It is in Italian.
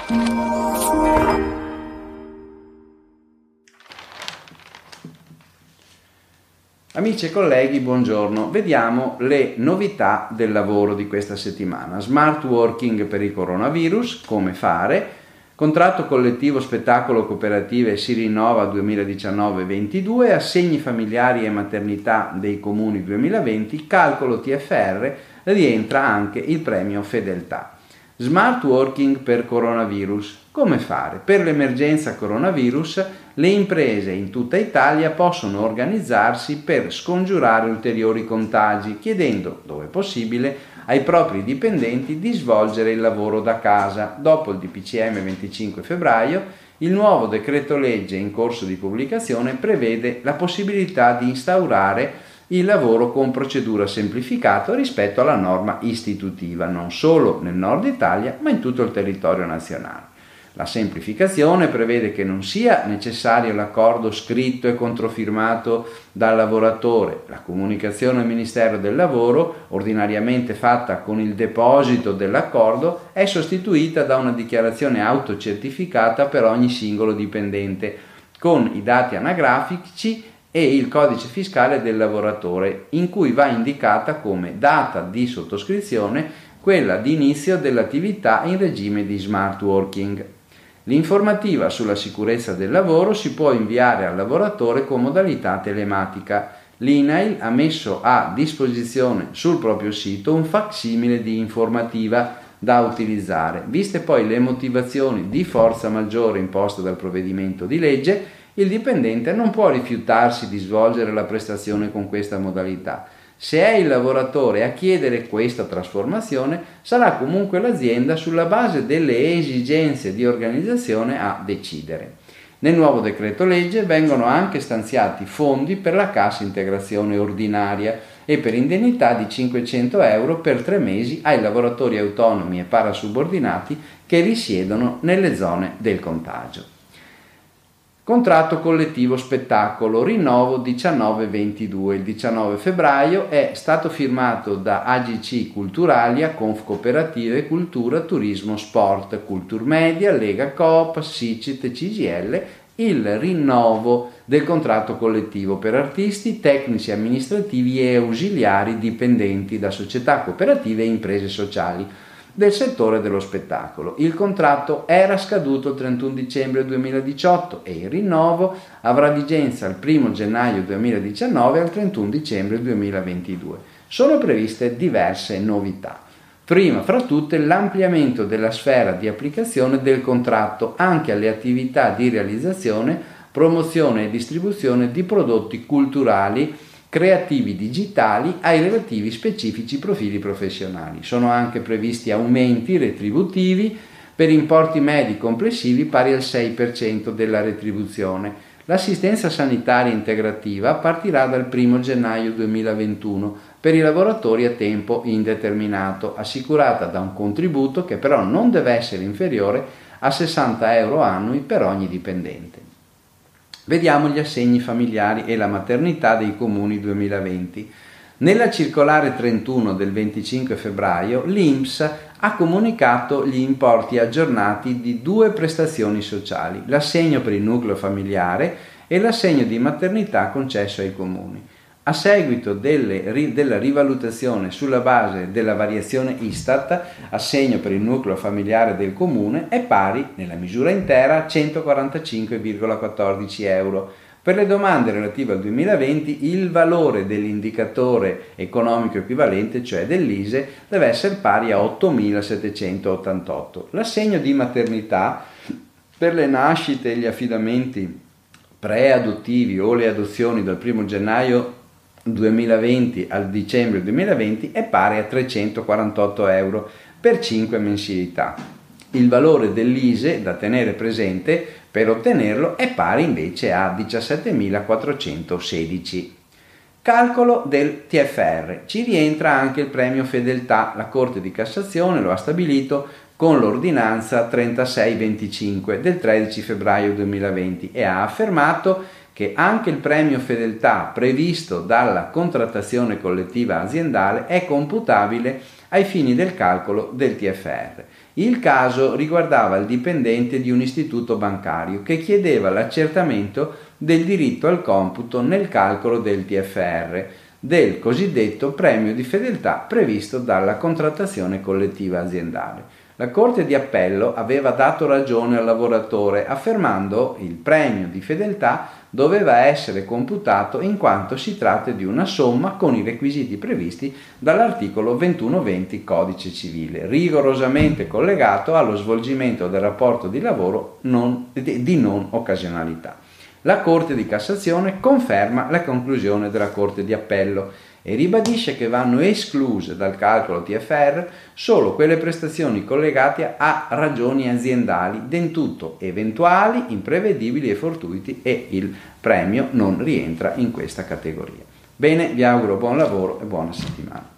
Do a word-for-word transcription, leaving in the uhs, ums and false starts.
Amici e colleghi, buongiorno. Vediamo le novità del lavoro di questa settimana. Smart working per il coronavirus, come fare? Contratto collettivo spettacolo cooperative si rinnova duemiladiciannove ventidue, assegni familiari e maternità dei comuni duemilaventi, calcolo T F R, rientra anche il premio Fedeltà. Smart working per coronavirus. Come fare? Per l'emergenza coronavirus le imprese in tutta Italia possono organizzarsi per scongiurare ulteriori contagi, chiedendo, dove possibile, ai propri dipendenti di svolgere il lavoro da casa. Dopo il D P C M venticinque febbraio, il nuovo decreto legge in corso di pubblicazione prevede la possibilità di instaurare il lavoro con procedura semplificata rispetto alla norma istitutiva, non solo nel nord Italia, ma in tutto il territorio nazionale. La semplificazione prevede che non sia necessario l'accordo scritto e controfirmato dal lavoratore. La comunicazione al Ministero del Lavoro, ordinariamente fatta con il deposito dell'accordo, è sostituita da una dichiarazione autocertificata per ogni singolo dipendente, con i dati anagrafici e il codice fiscale del lavoratore, in cui va indicata come data di sottoscrizione quella di inizio dell'attività in regime di smart working. L'informativa sulla sicurezza del lavoro si può inviare al lavoratore con modalità telematica. L'I N A I L ha messo a disposizione sul proprio sito un facsimile di informativa da utilizzare. Viste poi le motivazioni di forza maggiore imposte dal provvedimento di legge, il dipendente non può rifiutarsi di svolgere la prestazione con questa modalità. Se è il lavoratore a chiedere questa trasformazione, sarà comunque l'azienda, sulla base delle esigenze di organizzazione, a decidere. Nel nuovo decreto legge vengono anche stanziati fondi per la cassa integrazione ordinaria e per indennità di cinquecento euro per tre mesi ai lavoratori autonomi e parasubordinati che risiedono nelle zone del contagio. Contratto collettivo spettacolo, rinnovo diciannove ventidue. Il diciannove febbraio è stato firmato da A G C Culturalia, Confcooperative, Cultura, Turismo, Sport, Culturmedia, Lega Coop, Sicit, C G I L il rinnovo del contratto collettivo per artisti, tecnici amministrativi e ausiliari dipendenti da società cooperative e imprese sociali del settore dello spettacolo. Il contratto era scaduto il trentuno dicembre duemiladiciotto e il rinnovo avrà vigenza il primo gennaio duemiladiciannove al trentuno dicembre duemilaventidue. Sono previste diverse novità. Prima fra tutte l'ampliamento della sfera di applicazione del contratto anche alle attività di realizzazione, promozione e distribuzione di prodotti culturali creativi digitali ai relativi specifici profili professionali. Sono anche previsti aumenti retributivi per importi medi complessivi pari al sei per cento della retribuzione. L'assistenza sanitaria integrativa partirà dal primo gennaio duemilaventuno per i lavoratori a tempo indeterminato, assicurata da un contributo che però non deve essere inferiore a sessanta euro annui per ogni dipendente. Vediamo gli assegni familiari e la maternità dei comuni duemilaventi. Nella circolare trentuno del venticinque febbraio l'I N P S ha comunicato gli importi aggiornati di due prestazioni sociali, l'assegno per il nucleo familiare e l'assegno di maternità concesso ai comuni. A seguito delle, della rivalutazione sulla base della variazione Istat, assegno per il nucleo familiare del comune è pari, nella misura intera, a centoquarantacinque virgola quattordici euro. Per le domande relative al duemilaventi, il valore dell'indicatore economico equivalente, cioè dell'I S E E, deve essere pari a ottomilasettecentottantotto. L'assegno di maternità per le nascite e gli affidamenti preadottivi o le adozioni dal primo gennaio duemilaventi al dicembre duemilaventi è pari a trecentoquarantotto euro per cinque mensilità. Il valore dell'I S E E da tenere presente per ottenerlo è pari invece a diciassettemilaquattrocentosedici. Calcolo del T F R. Ci rientra anche il premio Fedeltà. La Corte di Cassazione lo ha stabilito con l'ordinanza trentasei venticinque del tredici febbraio duemilaventi e ha affermato che anche il premio Fedeltà previsto dalla contrattazione collettiva aziendale è computabile ai fini del calcolo del T F R. Il caso riguardava il dipendente di un istituto bancario che chiedeva l'accertamento del diritto al computo nel calcolo del T F R del cosiddetto premio di fedeltà previsto dalla contrattazione collettiva aziendale. La Corte di Appello aveva dato ragione al lavoratore affermando il premio di fedeltà doveva essere computato in quanto si tratta di una somma con i requisiti previsti dall'articolo ventuno venti Codice Civile, rigorosamente collegato allo svolgimento del rapporto di lavoro non, di non occasionalità. La Corte di Cassazione conferma la conclusione della Corte di Appello e ribadisce che vanno escluse dal calcolo T F R solo quelle prestazioni collegate a ragioni aziendali, del tutto eventuali, imprevedibili e fortuiti, e il premio non rientra in questa categoria. Bene, vi auguro buon lavoro e buona settimana.